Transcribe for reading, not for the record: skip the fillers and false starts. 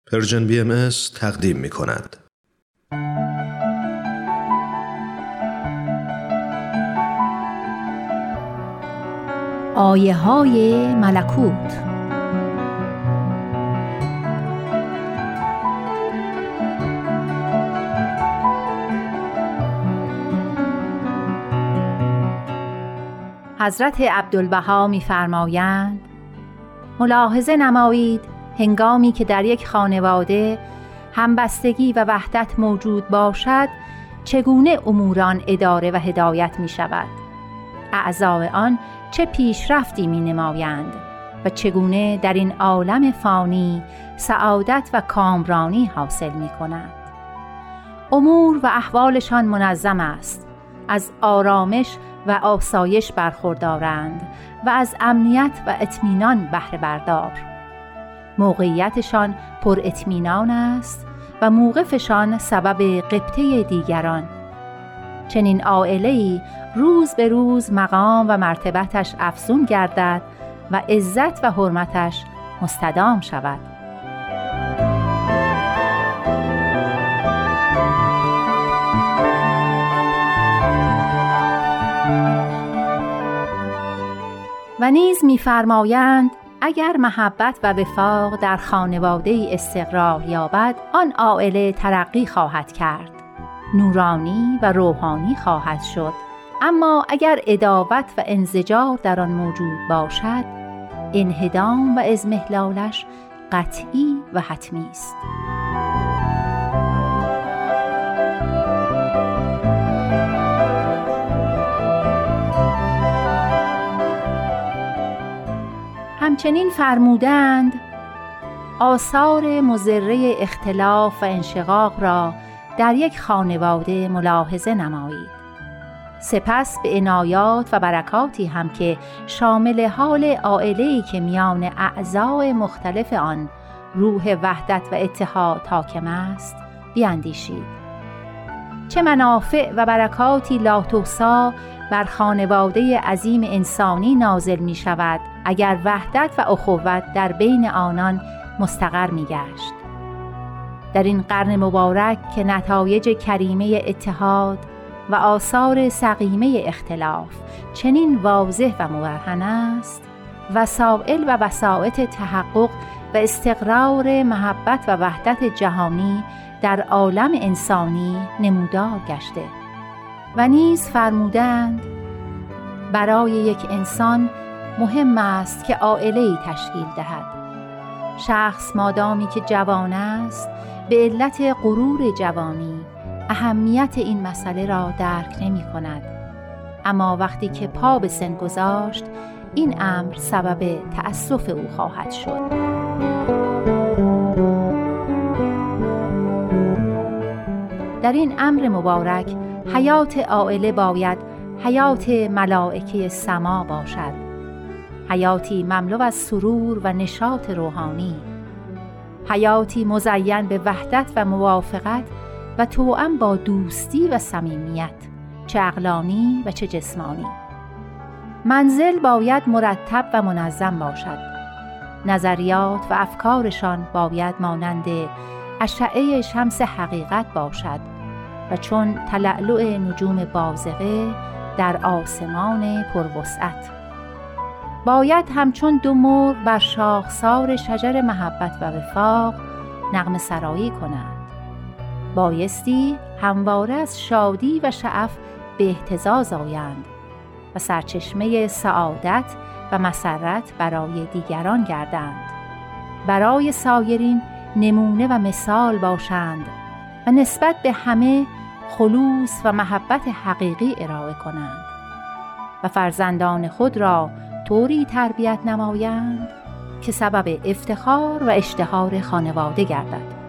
پرژن BMS تقدیم می کند. آیه‌های ملکوت. حضرت عبدالبها می‌فرمایند: ملاحظه نمایید هنگامی که در یک خانواده همبستگی و وحدت موجود باشد چگونه امور آن اداره و هدایت می شود، اعضای آن چه پیشرفتی می نمایند و چگونه در این عالم فانی سعادت و کامرانی حاصل می کنند. امور و احوالشان منظم است، از آرامش و آسایش برخوردارند و از امنیت و اطمینان بهره بردار. موقعیتشان پر اطمینان است و موقفشان سبب غبطه دیگران. چنین عائله‌ای روز به روز مقام و مرتبتش افزون گردد و عزت و حرمتش مستدام شود. و نیز می‌فرمایند اگر محبت و وفاق در خانواده‌ای استقرار یابد، آن عائله ترقی خواهد کرد، نورانی و روحانی خواهد شد. اما اگر عداوت و انزجار در آن موجود باشد، انهدام و اضمحلالش قطعی و حتمی است. همچنین فرمودند آثار مضره اختلاف و انشقاق را در یک خانواده ملاحظه نمایید. سپس به عنایات و برکاتی هم که شامل حال عائله‌ای که میان اعضای مختلف آن روح وحدت و اتحاد حاکم است بیندیشید. چه منافع و برکاتی لاتحصی بر خانواده عظیم انسانی نازل می شود اگر وحدت و اخوت در بین آنان مستقر می گشت. در این قرن مبارک که نتایج کریمه اتحاد و آثار سقیمه اختلاف چنین واضح و مبرهن است، وسائل و وسائط تحقق و استقرار محبت و وحدت جهانی در عالم انسانی نمودار گشته. و نیز فرمودند برای یک انسان مهم است که عائله‌ای تشکیل دهد. شخص مادامی که جوان است به علت غرور جوانی اهمیت این مسئله را درک نمی کند، اما وقتی که پا به سن گذاشت این امر سبب تأسف او خواهد شد. در این امر مبارک حیات عائله باید حیات ملائکه سما باشد، حیاتی مملو از سرور و نشاط روحانی، حیاتی مزین به وحدت و موافقت و توأم با دوستی و صمیمیت، چه عقلانی و چه جسمانی. منزل باید مرتب و منظم باشد. نظریات و افکارشان باید مانند اشعه شمس حقیقت باشد و چون تلألؤ نجوم بازغه در آسمان پروسعت. باید همچون دو مرغ بر شاخسار شجر محبت و وفاق نغمه سرایی کنند. بایستی همواره از شادی و شعف به اهتزاز آیند و سرچشمه سعادت و مسرت برای دیگران گردند، برای سایرین نمونه و مثال باشند و نسبت به همه خلوص و محبت حقیقی ارائه کنند و فرزندان خود را طوری تربیت نمایند که سبب افتخار و اشتهار خانواده گردد.